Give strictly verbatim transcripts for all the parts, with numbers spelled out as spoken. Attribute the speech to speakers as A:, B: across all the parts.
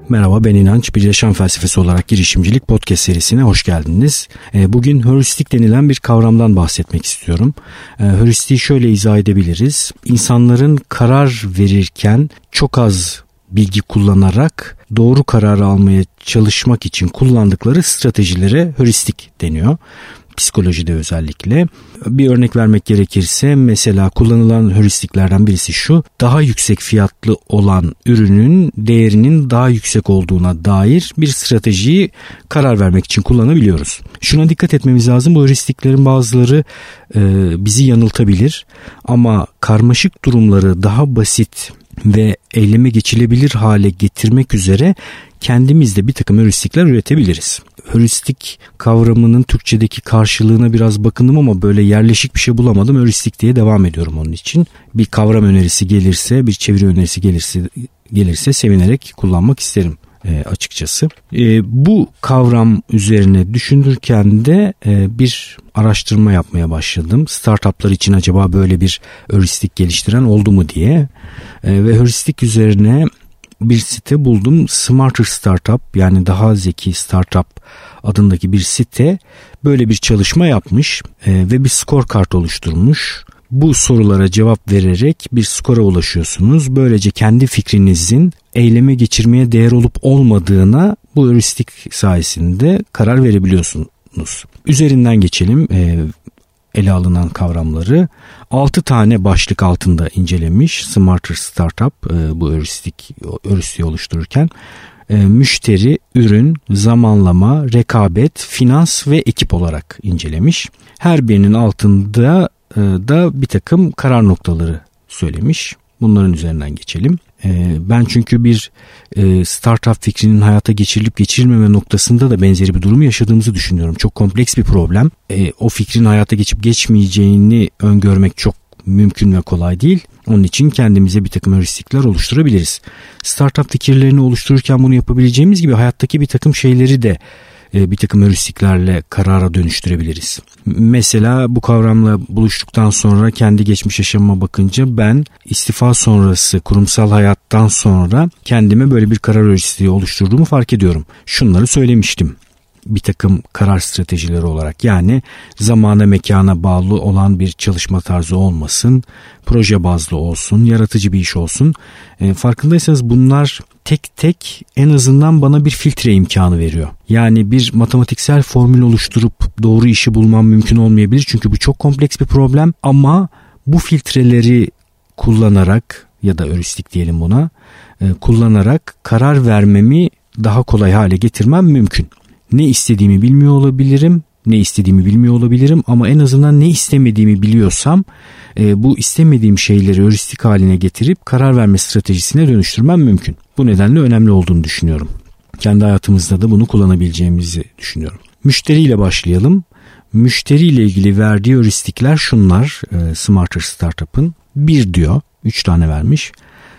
A: Merhaba, ben İnanç. Bir Yaşam Felsefesi olarak girişimcilik podcast serisine hoş geldiniz. Bugün heuristik denilen bir kavramdan bahsetmek istiyorum. Heuristiği şöyle izah edebiliriz. İnsanların karar verirken çok az bilgi kullanarak doğru kararı almaya çalışmak için kullandıkları stratejilere heuristik deniyor. Psikolojide özellikle. Bir örnek vermek gerekirse mesela kullanılan heuristiklerden birisi şu: daha yüksek fiyatlı olan ürünün değerinin daha yüksek olduğuna dair bir stratejiyi karar vermek için kullanabiliyoruz. Şuna dikkat etmemiz lazım: bu heuristiklerin bazıları e, bizi yanıltabilir ama karmaşık durumları daha basit ve eyleme geçilebilir hale getirmek üzere kendimizde bir takım heuristikler üretebiliriz. Heuristik kavramının Türkçedeki karşılığına biraz bakındım ama böyle yerleşik bir şey bulamadım. Heuristik diye devam ediyorum onun için. Bir kavram önerisi gelirse, bir çeviri önerisi gelirse, gelirse sevinerek kullanmak isterim e, açıkçası. E, bu kavram üzerine düşünürken de e, bir araştırma yapmaya başladım. Startuplar için acaba böyle bir heuristik geliştiren oldu mu diye. E, ve heuristik üzerine bir site buldum. Smarter Startup, yani daha zeki startup adındaki bir site böyle bir çalışma yapmış e, ve bir scorecard oluşturmuş. Bu sorulara cevap vererek bir skora ulaşıyorsunuz. Böylece kendi fikrinizin eyleme geçirmeye değer olup olmadığına bu heuristik sayesinde karar verebiliyorsunuz. Üzerinden geçelim e, ele alınan kavramları. altı tane başlık altında incelemiş Smarter Startup e, bu heuristik heuristiği oluştururken. E, müşteri, ürün, zamanlama, rekabet, finans ve ekip olarak incelemiş. Her birinin altında e, da bir takım karar noktaları söylemiş. Bunların üzerinden geçelim. E, ben çünkü bir e, startup fikrinin hayata geçirilip geçirilmeme noktasında da benzeri bir durumu yaşadığımızı düşünüyorum. Çok kompleks bir problem. E, o fikrin hayata geçip geçmeyeceğini öngörmek çok mümkün ve kolay değil. Onun için kendimize bir takım heuristikler oluşturabiliriz. Startup fikirlerini oluştururken bunu yapabileceğimiz gibi hayattaki bir takım şeyleri de bir takım heuristiklerle karara dönüştürebiliriz. Mesela bu kavramla buluştuktan sonra kendi geçmiş yaşamıma bakınca ben istifa sonrası kurumsal hayattan sonra kendime böyle bir karar heuristiği oluşturduğumu fark ediyorum. Şunları söylemiştim bir takım karar stratejileri olarak, yani zamana mekana bağlı olan bir çalışma tarzı olmasın, proje bazlı olsun, yaratıcı bir iş olsun. E, farkındaysanız bunlar tek tek en azından bana bir filtre imkanı veriyor. Yani bir matematiksel formül oluşturup doğru işi bulmam mümkün olmayabilir çünkü bu çok kompleks bir problem, ama bu filtreleri kullanarak ya da heuristik diyelim buna, e, kullanarak karar vermemi daha kolay hale getirmem mümkün. Ne istediğimi bilmiyor olabilirim, ne istediğimi bilmiyor olabilirim ama en azından ne istemediğimi biliyorsam e, bu istemediğim şeyleri heuristik haline getirip karar verme stratejisine dönüştürmem mümkün. Bu nedenle önemli olduğunu düşünüyorum. Kendi hayatımızda da bunu kullanabileceğimizi düşünüyorum. Müşteriyle başlayalım. Müşteriyle ilgili verdiği heuristikler şunlar e, Smarter Startup'ın. Bir diyor, üç tane vermiş.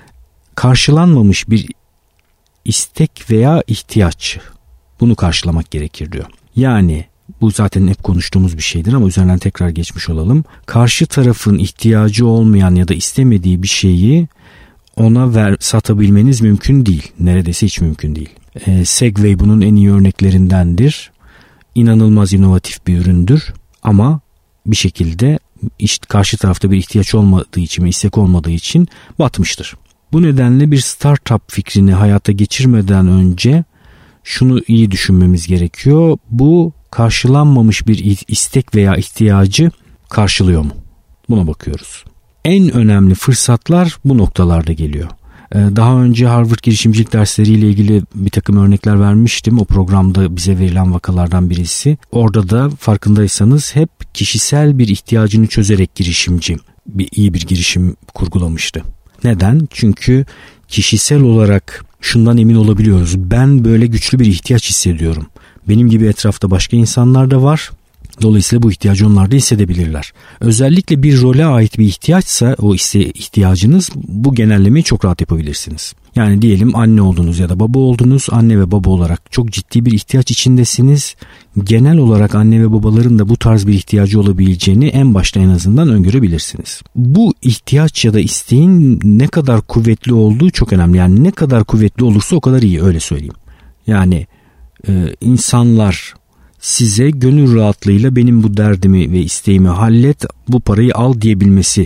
A: Karşılanmamış bir istek veya ihtiyaç. Bunu karşılamak gerekir diyor. Yani bu zaten hep konuştuğumuz bir şeydir ama üzerinden tekrar geçmiş olalım. Karşı tarafın ihtiyacı olmayan ya da istemediği bir şeyi ona ver, satabilmeniz mümkün değil. Neredeyse hiç mümkün değil. E, Segway bunun en iyi örneklerindendir. İnanılmaz inovatif bir üründür ama bir şekilde işte karşı tarafta bir ihtiyaç olmadığı için, istek olmadığı için batmıştır. Bu nedenle bir startup fikrini hayata geçirmeden önce şunu iyi düşünmemiz gerekiyor. Bu karşılanmamış bir istek veya ihtiyacı karşılıyor mu? Buna bakıyoruz. En önemli fırsatlar bu noktalarda geliyor. Daha önce Harvard girişimcilik dersleriyle ilgili bir takım örnekler vermiştim. O programda bize verilen vakalardan birisi. Orada da farkındaysanız hep kişisel bir ihtiyacını çözerek girişimci bir iyi bir girişim kurgulamıştı. Neden? Çünkü kişisel olarak şundan emin olabiliyoruz. Ben böyle güçlü bir ihtiyaç hissediyorum. Benim gibi etrafta başka insanlar da var. Dolayısıyla bu ihtiyacı onlar da hissedebilirler. Özellikle bir role ait bir ihtiyaçsa o ihtiyacınız, bu genellemeyi çok rahat yapabilirsiniz. Yani diyelim anne oldunuz ya da baba oldunuz. Anne ve baba olarak çok ciddi bir ihtiyaç içindesiniz. Genel olarak anne ve babaların da bu tarz bir ihtiyacı olabileceğini en başta en azından öngörebilirsiniz. Bu ihtiyaç ya da isteğin ne kadar kuvvetli olduğu çok önemli. Yani ne kadar kuvvetli olursa o kadar iyi, öyle söyleyeyim. Yani e, insanlar size gönül rahatlığıyla benim bu derdimi ve isteğimi hallet, bu parayı al diyebilmesi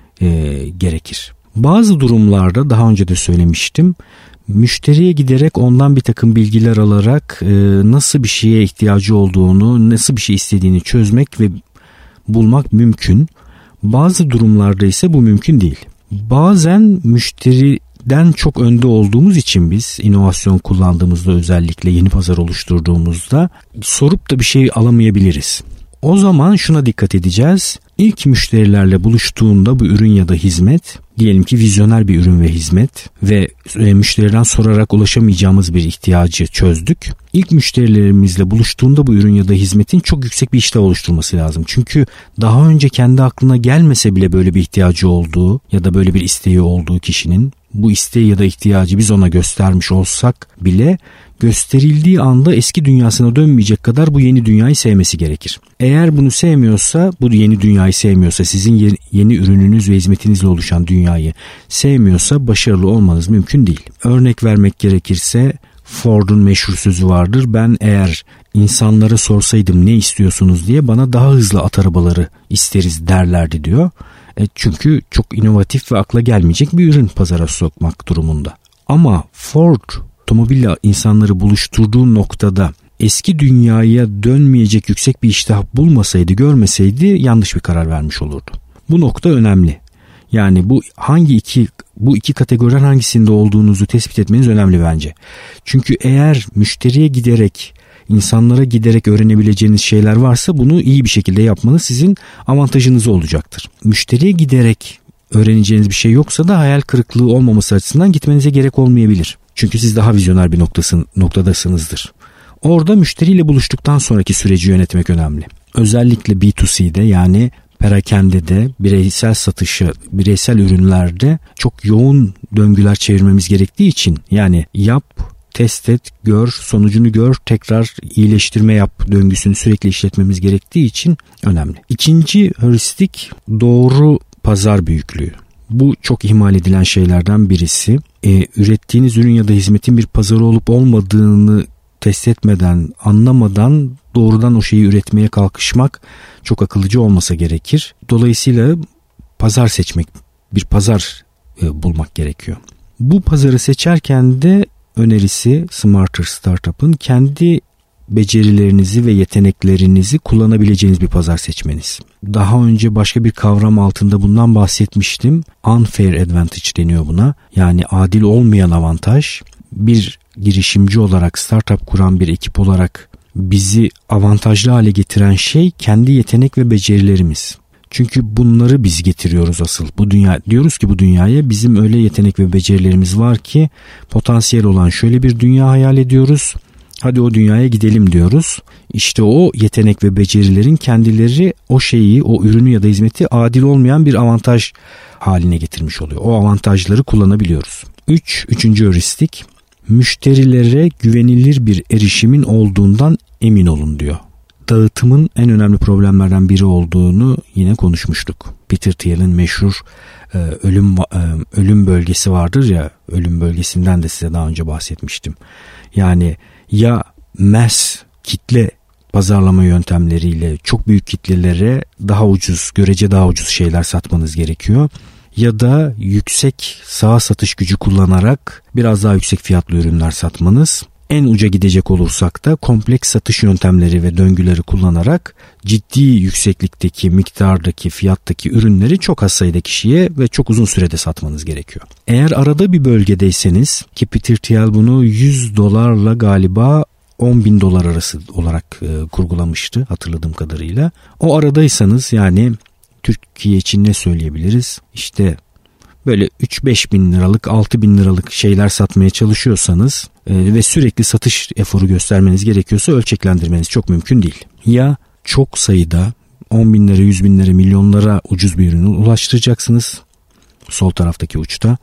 A: e, gerekir. Bazı durumlarda daha önce de söylemiştim, müşteriye giderek ondan bir takım bilgiler alarak e, nasıl bir şeye ihtiyacı olduğunu, nasıl bir şey istediğini çözmek ve bulmak mümkün. Bazı durumlarda ise bu mümkün değil. Bazen müşteriden çok önde olduğumuz için biz inovasyon kullandığımızda, özellikle yeni pazar oluşturduğumuzda sorup da bir şey alamayabiliriz. O zaman şuna dikkat edeceğiz. İlk müşterilerle buluştuğunda bu ürün ya da hizmet, diyelim ki vizyoner bir ürün ve hizmet ve e, müşteriden sorarak ulaşamayacağımız bir ihtiyacı çözdük. İlk müşterilerimizle buluştuğunda bu ürün ya da hizmetin çok yüksek bir iştah oluşturması lazım. Çünkü daha önce kendi aklına gelmese bile böyle bir ihtiyacı olduğu ya da böyle bir isteği olduğu kişinin, bu isteği ya da ihtiyacı biz ona göstermiş olsak bile gösterildiği anda eski dünyasına dönmeyecek kadar bu yeni dünyayı sevmesi gerekir. Eğer bunu sevmiyorsa, bu yeni dünyayı sevmiyorsa, sizin yeni, yeni ürününüz ve hizmetinizle oluşan dünyayı sevmiyorsa başarılı olmanız mümkün değil. Örnek vermek gerekirse Ford'un meşhur sözü vardır. Ben eğer insanlara sorsaydım ne istiyorsunuz diye bana daha hızlı at arabaları isteriz derlerdi diyor. E çünkü çok inovatif ve akla gelmeyecek bir ürün pazara sokmak durumunda. Ama Ford otomobille insanları buluşturduğu noktada eski dünyaya dönmeyecek yüksek bir iştah bulmasaydı, görmeseydi yanlış bir karar vermiş olurdu. Bu nokta önemli. Yani bu hangi iki bu iki kategoriden hangisinde olduğunuzu tespit etmeniz önemli bence. Çünkü eğer müşteriye giderek, insanlara giderek öğrenebileceğiniz şeyler varsa bunu iyi bir şekilde yapmanız sizin avantajınız olacaktır. Müşteriye giderek öğreneceğiniz bir şey yoksa da hayal kırıklığı olmaması açısından gitmenize gerek olmayabilir. Çünkü siz daha vizyoner bir noktasın, noktadasınızdır. Orada müşteriyle buluştuktan sonraki süreci yönetmek önemli. Özellikle B iki C'de, yani perakendede, bireysel satışı, bireysel ürünlerde çok yoğun döngüler çevirmemiz gerektiği için, yani yap, test et, gör, sonucunu gör, tekrar iyileştirme yap döngüsünü sürekli işletmemiz gerektiği için önemli. İkinci heuristik, doğru pazar büyüklüğü. Bu çok ihmal edilen şeylerden birisi. Ee, ürettiğiniz ürün ya da hizmetin bir pazarı olup olmadığını test etmeden, anlamadan doğrudan o şeyi üretmeye kalkışmak çok akıllıca olmasa gerekir. Dolayısıyla pazar seçmek, bir pazar e, bulmak gerekiyor. Bu pazarı seçerken de önerisi Smarter Startup'ın kendi becerilerinizi ve yeteneklerinizi kullanabileceğiniz bir pazar seçmeniz. Daha önce başka bir kavram altında bundan bahsetmiştim. Unfair advantage deniyor buna. Yani adil olmayan avantaj. Bir girişimci olarak, startup kuran bir ekip olarak bizi avantajlı hale getiren şey kendi yetenek ve becerilerimiz. Çünkü bunları biz getiriyoruz asıl. Bu dünya, diyoruz ki bu dünyaya bizim öyle yetenek ve becerilerimiz var ki potansiyel olan şöyle bir dünya hayal ediyoruz. Hadi o dünyaya gidelim diyoruz. İşte o yetenek ve becerilerin kendileri o şeyi, o ürünü ya da hizmeti adil olmayan bir avantaj haline getirmiş oluyor. O avantajları kullanabiliyoruz. Üç, üçüncü heuristik, müşterilere güvenilir bir erişimin olduğundan emin olun diyor. Dağıtımın en önemli problemlerden biri olduğunu yine konuşmuştuk. Peter Thiel'in meşhur e, ölüm e, ölüm bölgesi vardır ya, ölüm bölgesinden de size daha önce bahsetmiştim. Yani ya mass, kitle pazarlama yöntemleriyle çok büyük kitlelere daha ucuz, görece daha ucuz şeyler satmanız gerekiyor. Ya da yüksek sağ satış gücü kullanarak biraz daha yüksek fiyatlı ürünler satmanız. En uca gidecek olursak da kompleks satış yöntemleri ve döngüleri kullanarak ciddi yükseklikteki, miktardaki, fiyattaki ürünleri çok az sayıda kişiye ve çok uzun sürede satmanız gerekiyor. Eğer arada bir bölgedeyseniz, ki Peter Thiel bunu yüz dolarla galiba on bin dolar arası olarak e, kurgulamıştı hatırladığım kadarıyla. O aradaysanız, yani Türkiye için ne söyleyebiliriz? İşte böyle üç beş bin liralık, altı bin liralık şeyler satmaya çalışıyorsanız e, ve sürekli satış eforu göstermeniz gerekiyorsa ölçeklendirmeniz çok mümkün değil. Ya çok sayıda on binlere, yüz binlere, milyonlara ucuz bir ürünü ulaştıracaksınız sol taraftaki uçta,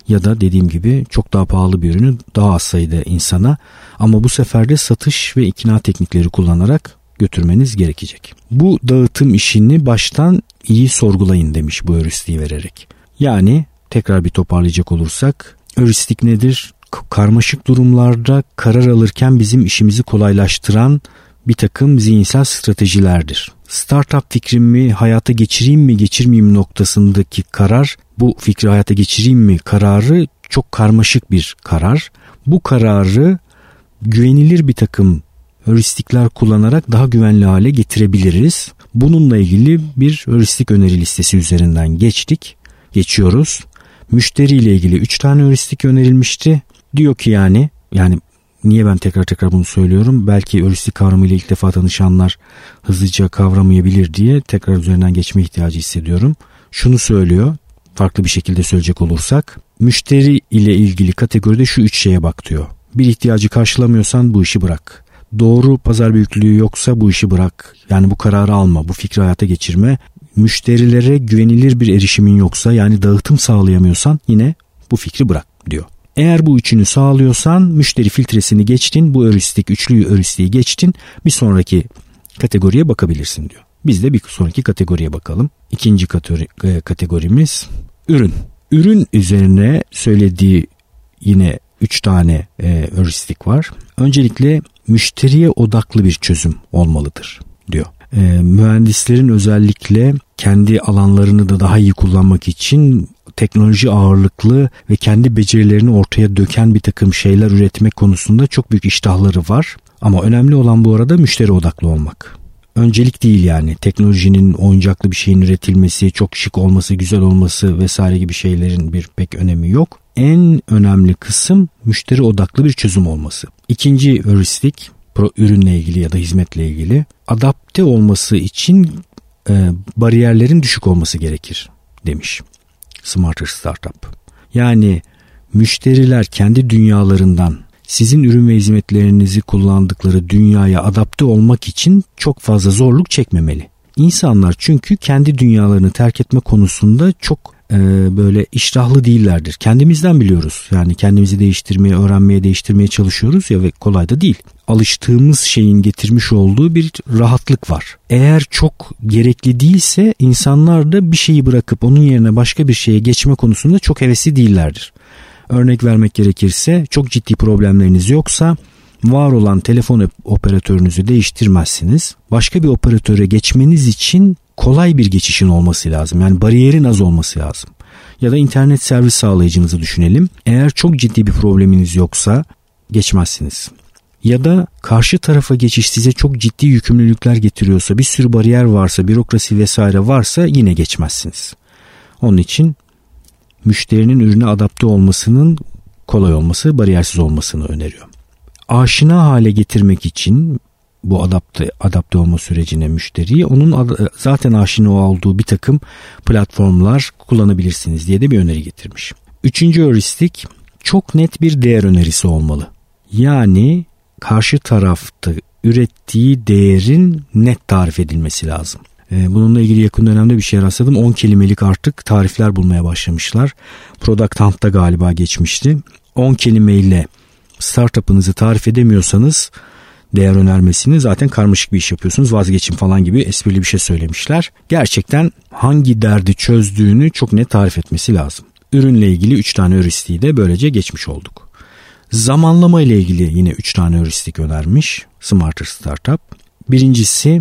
A: ya da dediğim gibi çok daha pahalı bir ürünü daha az sayıda insana ama bu sefer de satış ve ikna teknikleri kullanarak götürmeniz gerekecek. Bu dağıtım işini baştan iyi sorgulayın demiş bu heuristiği vererek. Yani tekrar bir toparlayacak olursak, heuristik nedir? Karmaşık durumlarda karar alırken bizim işimizi kolaylaştıran bir takım zihinsel stratejilerdir. Startup fikrimi hayata geçireyim mi geçirmeyeyim noktasındaki karar, bu fikri hayata geçireyim mi kararı çok karmaşık bir karar. Bu kararı güvenilir bir takım heuristikler kullanarak daha güvenli hale getirebiliriz. Bununla ilgili bir heuristik öneri listesi üzerinden geçtik. Geçiyoruz. Müşteriyle ilgili üç tane heuristik önerilmişti. Diyor ki yani, yani niye ben tekrar tekrar bunu söylüyorum? Belki heuristik kavramıyla ilk defa tanışanlar hızlıca kavramayabilir diye tekrar üzerinden geçme ihtiyacı hissediyorum. Şunu söylüyor, farklı bir şekilde söyleyecek olursak, müşteri ile ilgili kategoride şu üç şeye bak diyor. Bir ihtiyacı karşılamıyorsan bu işi bırak. Doğru pazar büyüklüğü yoksa bu işi bırak. Yani bu kararı alma, bu fikri hayata geçirme. Müşterilere güvenilir bir erişimin yoksa, yani dağıtım sağlayamıyorsan yine bu fikri bırak diyor. Eğer bu üçünü sağlıyorsan müşteri filtresini geçtin, bu heuristik, üçlü heuristiği geçtin, bir sonraki kategoriye bakabilirsin diyor. Biz de bir sonraki kategoriye bakalım. İkinci kategori, kategorimiz ürün. Ürün üzerine söylediği yine üç tane e, heuristik var. Öncelikle müşteriye odaklı bir çözüm olmalıdır diyor. E, mühendislerin özellikle kendi alanlarını da daha iyi kullanmak için teknoloji ağırlıklı ve kendi becerilerini ortaya döken bir takım şeyler üretmek konusunda çok büyük iştahları var. Ama önemli olan bu arada müşteri odaklı olmak. Öncelik değil yani. Teknolojinin oyuncaklı bir şeyin üretilmesi, çok şık olması, güzel olması vesaire gibi şeylerin bir pek önemi yok. En önemli kısım müşteri odaklı bir çözüm olması. İkinci heuristik, ürünle ilgili ya da hizmetle ilgili, adapte olması için e, bariyerlerin düşük olması gerekir demiş Smarter Startup. Yani müşteriler kendi dünyalarından sizin ürün ve hizmetlerinizi kullandıkları dünyaya adapte olmak için çok fazla zorluk çekmemeli. İnsanlar çünkü kendi dünyalarını terk etme konusunda çok e, böyle iştahlı değillerdir. Kendimizden biliyoruz. Yani kendimizi değiştirmeye, öğrenmeye, değiştirmeye çalışıyoruz ya ve kolay da değil. Alıştığımız şeyin getirmiş olduğu bir rahatlık var. Eğer çok gerekli değilse insanlar da bir şeyi bırakıp onun yerine başka bir şeye geçme konusunda çok hevesli değillerdir. Örnek vermek gerekirse çok ciddi problemleriniz yoksa var olan telefon operatörünüzü değiştirmezsiniz. Başka bir operatöre geçmeniz için kolay bir geçişin olması lazım. Yani bariyerin az olması lazım. Ya da internet servis sağlayıcınızı düşünelim. Eğer çok ciddi bir probleminiz yoksa geçmezsiniz. Ya da karşı tarafa geçiş size çok ciddi yükümlülükler getiriyorsa, bir sürü bariyer varsa, bürokrasi vesaire varsa yine geçmezsiniz. Onun için müşterinin ürüne adapte olmasının kolay olması, bariyersiz olmasını öneriyor. Aşina hale getirmek için bu adapte adapte olma sürecine müşteriyi, onun zaten aşina olduğu bir takım platformlar kullanabilirsiniz diye de bir öneri getirmiş. Üçüncü heuristik, çok net bir değer önerisi olmalı. Yani karşı tarafta ürettiği değerin net tarif edilmesi lazım. Bununla ilgili yakın dönemde bir şey rastladım. on kelimelik artık tarifler bulmaya başlamışlar. Product Hunt'ta galiba geçmişti. on kelimeyle startup'ınızı tarif edemiyorsanız değer önermesini, zaten karmaşık bir iş yapıyorsunuz, vazgeçin falan gibi esprili bir şey söylemişler. Gerçekten hangi derdi çözdüğünü çok net tarif etmesi lazım. Ürünle ilgili üç tane heuristiği de böylece geçmiş olduk. Zamanlama ile ilgili yine üç tane heuristik önermiş Smarter Startup. Birincisi,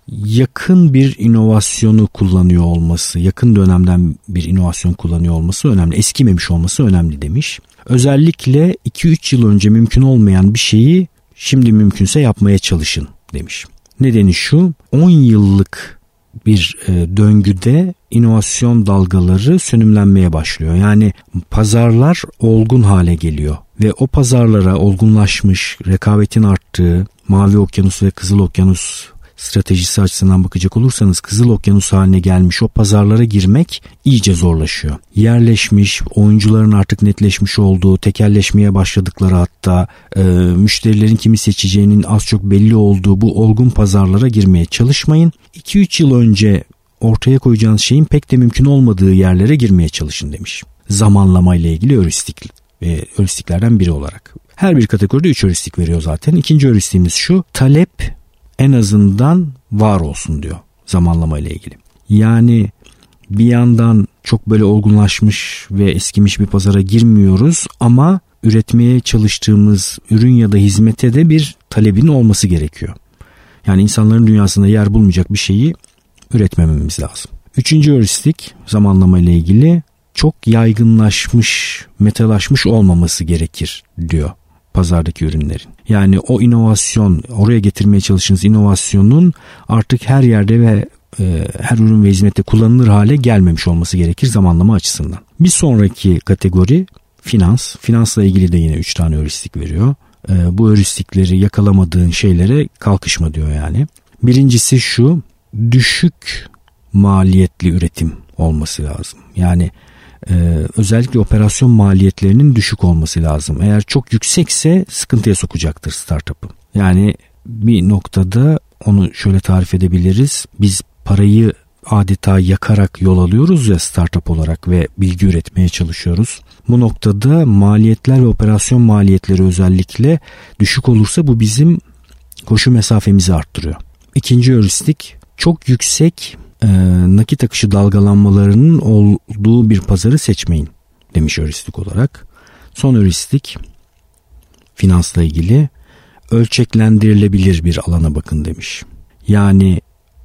A: yakın bir inovasyonu kullanıyor olması, yakın dönemden bir inovasyon kullanıyor olması önemli. Eskimemiş olması önemli demiş. Özellikle iki üç yıl önce mümkün olmayan bir şeyi şimdi mümkünse yapmaya çalışın demiş. Nedeni şu, on yıllık bir e, döngüde inovasyon dalgaları sönümlenmeye başlıyor. Yani pazarlar olgun hale geliyor ve o pazarlara olgunlaşmış, rekabetin arttığı, Mavi Okyanus ve Kızıl Okyanus stratejisi açısından bakacak olursanız Kızıl Okyanus haline gelmiş o pazarlara girmek iyice zorlaşıyor. Yerleşmiş, oyuncuların artık netleşmiş olduğu, tekelleşmeye başladıkları, hatta e, müşterilerin kimi seçeceğinin az çok belli olduğu bu olgun pazarlara girmeye çalışmayın. iki üç yıl önce ortaya koyacağınız şeyin pek de mümkün olmadığı yerlere girmeye çalışın demiş. zamanlama ile ilgili heuristik, e, heuristiklerden biri olarak. Her bir kategoride üç heuristik veriyor zaten. İkinci heuristiğimiz şu: talep en azından var olsun diyor zamanlama ile ilgili. Yani bir yandan çok böyle olgunlaşmış ve eskimiş bir pazara girmiyoruz ama üretmeye çalıştığımız ürün ya da hizmete de bir talebin olması gerekiyor. Yani insanların dünyasında yer bulmayacak bir şeyi üretmememiz lazım. Üçüncü heuristik zamanlama ile ilgili: çok yaygınlaşmış, metalaşmış olmaması gerekir diyor pazardaki ürünlerin. Yani o inovasyon, oraya getirmeye çalıştığınız inovasyonun artık her yerde ve e, her ürün ve hizmette kullanılır hale gelmemiş olması gerekir zamanlama açısından. Bir sonraki kategori finans. Finansla ilgili de yine üç tane heuristik veriyor. E, bu heuristikleri yakalamadığın şeylere kalkışma diyor yani. Birincisi şu: düşük maliyetli üretim olması lazım. Yani Ee, özellikle operasyon maliyetlerinin düşük olması lazım. Eğer çok yüksekse sıkıntıya sokacaktır startup'ı. Yani bir noktada onu şöyle tarif edebiliriz: biz parayı adeta yakarak yol alıyoruz ya startup olarak ve bilgi üretmeye çalışıyoruz. Bu noktada maliyetler ve operasyon maliyetleri özellikle düşük olursa bu bizim koşu mesafemizi arttırıyor. İkinci heuristik: çok yüksek e, nakit akışı dalgalanmalarının olduğu bir pazarı seçmeyin demiş heuristik olarak. Son heuristik finansla ilgili: ölçeklendirilebilir bir alana bakın demiş. Yani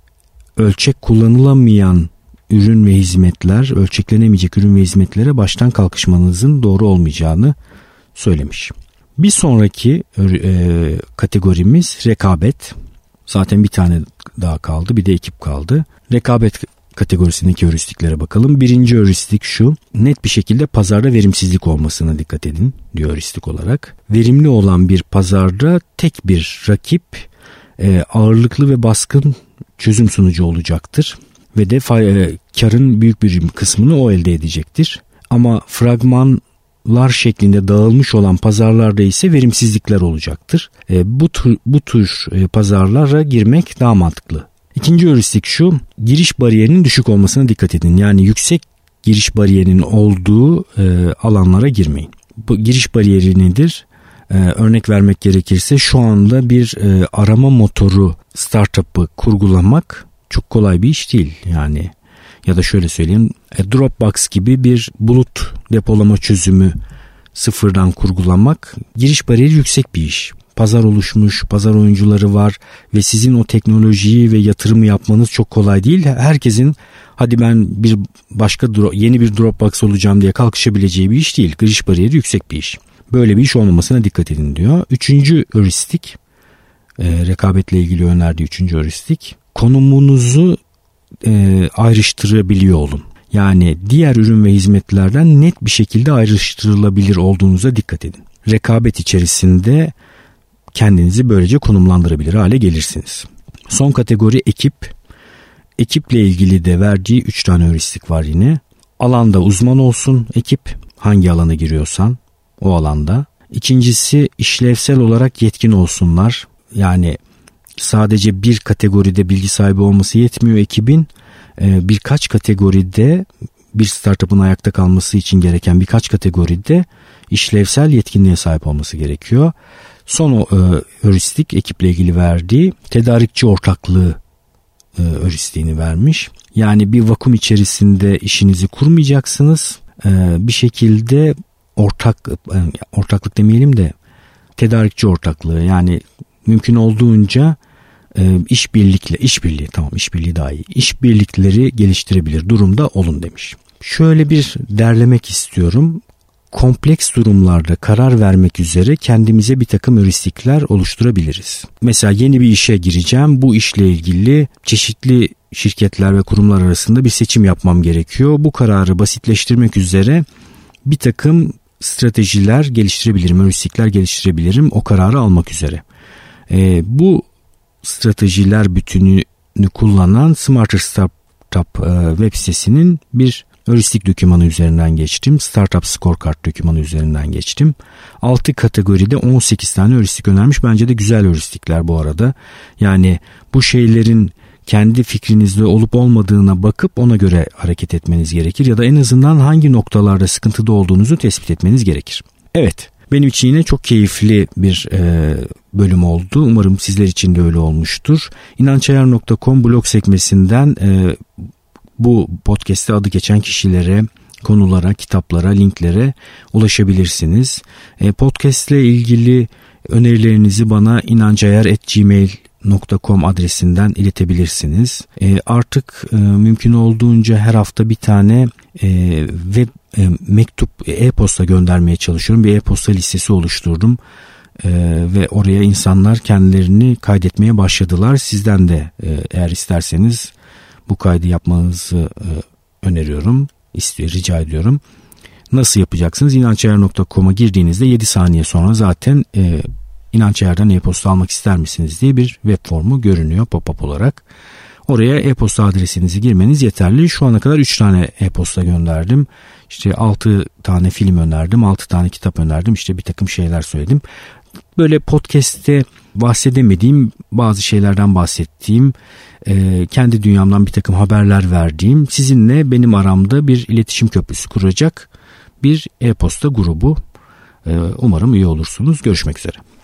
A: ölçek kullanılamayan ürün ve hizmetler, ölçeklenemeyecek ürün ve hizmetlere baştan kalkışmanızın doğru olmayacağını söylemiş. Bir sonraki e, kategorimiz rekabet. Zaten bir tane daha kaldı, bir de ekip kaldı. Rekabet kategorisindeki heuristiklere bakalım. Birinci heuristik şu: net bir şekilde pazarda verimsizlik olmasına dikkat edin diyor heuristik olarak. Verimli olan bir pazarda tek bir rakip e, ağırlıklı ve baskın çözüm sunucu olacaktır ve de e, karın büyük bir kısmını o elde edecektir. Ama fragmanlar şeklinde dağılmış olan pazarlarda ise verimsizlikler olacaktır. E, bu tür, bu tür e, pazarlara girmek daha mantıklı. İkinci heuristik şu: giriş bariyerinin düşük olmasına dikkat edin. Yani yüksek giriş bariyerinin olduğu e, alanlara girmeyin. Bu giriş bariyeri nedir? Ee, örnek vermek gerekirse şu anda bir e, arama motoru startup'ı kurgulamak çok kolay bir iş değil. Yani ya da şöyle söyleyeyim, e, Dropbox gibi bir bulut depolama çözümü sıfırdan kurgulamak giriş bariyeri yüksek bir iş. Pazar oluşmuş, pazar oyuncuları var ve sizin o teknolojiyi ve yatırımı yapmanız çok kolay değil. Herkesin hadi ben bir başka yeni bir Dropbox olacağım diye kalkışabileceği bir iş değil. Giriş bariyeri yüksek bir iş. Böyle bir iş olmamasına dikkat edin diyor. Üçüncü heuristik, e, rekabetle ilgili önerdiği üçüncü heuristik: konumunuzu e, ayrıştırabiliyor olun. Yani diğer ürün ve hizmetlerden net bir şekilde ayrıştırılabilir olduğunuza dikkat edin. Rekabet içerisinde kendinizi böylece konumlandırabilir hale gelirsiniz. Son kategori ekip. Ekiple ilgili de verdiği üç tane heuristik var yine. Alanda uzman olsun ekip, hangi alana giriyorsan o alanda. İkincisi, işlevsel olarak yetkin olsunlar. Yani sadece bir kategoride bilgi sahibi olması yetmiyor ekibin. Ee, birkaç kategoride, bir startup'ın ayakta kalması için gereken birkaç kategoride işlevsel yetkinliğe sahip olması gerekiyor. Son e, heuristik ekiple ilgili verdiği tedarikçi ortaklığı e, heuristiğini vermiş. Yani bir vakum içerisinde işinizi kurmayacaksınız. E, bir şekilde ortak ortaklık demeyelim de tedarikçi ortaklığı, yani mümkün olduğunca e, işbirlikle işbirliği tamam işbirliği daha iyi. İşbirlikleri geliştirebilir durumda olun demiş. Şöyle bir derlemek istiyorum. Kompleks durumlarda karar vermek üzere kendimize bir takım heuristikler oluşturabiliriz. Mesela yeni bir işe gireceğim. Bu işle ilgili çeşitli şirketler ve kurumlar arasında bir seçim yapmam gerekiyor. Bu kararı basitleştirmek üzere bir takım stratejiler geliştirebilirim, heuristikler geliştirebilirim o kararı almak üzere. E, bu stratejiler bütününü kullanan Smarter Startup e, web sitesinin bir heuristik dokümanı üzerinden geçtim. Startup Scorecard dokümanı üzerinden geçtim. altı kategoride on sekiz tane heuristik önermiş. Bence de güzel heuristikler bu arada. Yani bu şeylerin kendi fikrinizde olup olmadığına bakıp ona göre hareket etmeniz gerekir. Ya da en azından hangi noktalarda sıkıntıda olduğunuzu tespit etmeniz gerekir. Evet, benim için yine çok keyifli bir e, bölüm oldu. Umarım sizler için de öyle olmuştur. inançayar nokta com blog sekmesinden e, bu podcast'te adı geçen kişilere, konulara, kitaplara, linklere ulaşabilirsiniz. E, podcast ile ilgili önerilerinizi bana inancayar at gmail nokta com adresinden iletebilirsiniz. E, artık e, mümkün olduğunca her hafta bir tane e, web e, mektup, e-posta göndermeye çalışıyorum. Bir e-posta listesi oluşturdum. E, ve oraya insanlar kendilerini kaydetmeye başladılar. Sizden de e, eğer isterseniz bu kaydı yapmanızı e, öneriyorum, istiyor, rica ediyorum. Nasıl yapacaksınız? inançayar nokta com'a girdiğinizde yedi saniye sonra zaten e, İnançayar'dan e-posta almak ister misiniz diye bir web formu görünüyor pop-up olarak. Oraya e-posta adresinizi girmeniz yeterli. Şu ana kadar üç tane e-posta gönderdim. İşte altı tane film önerdim, altı tane kitap önerdim. İşte bir takım şeyler söyledim. Böyle podcast'te bahsedemediğim bazı şeylerden bahsettiğim, e, kendi dünyamdan bir takım haberler verdiğim, sizinle benim aramda bir iletişim köprüsü kuracak bir e-posta grubu. E, umarım üye olursunuz. Görüşmek üzere.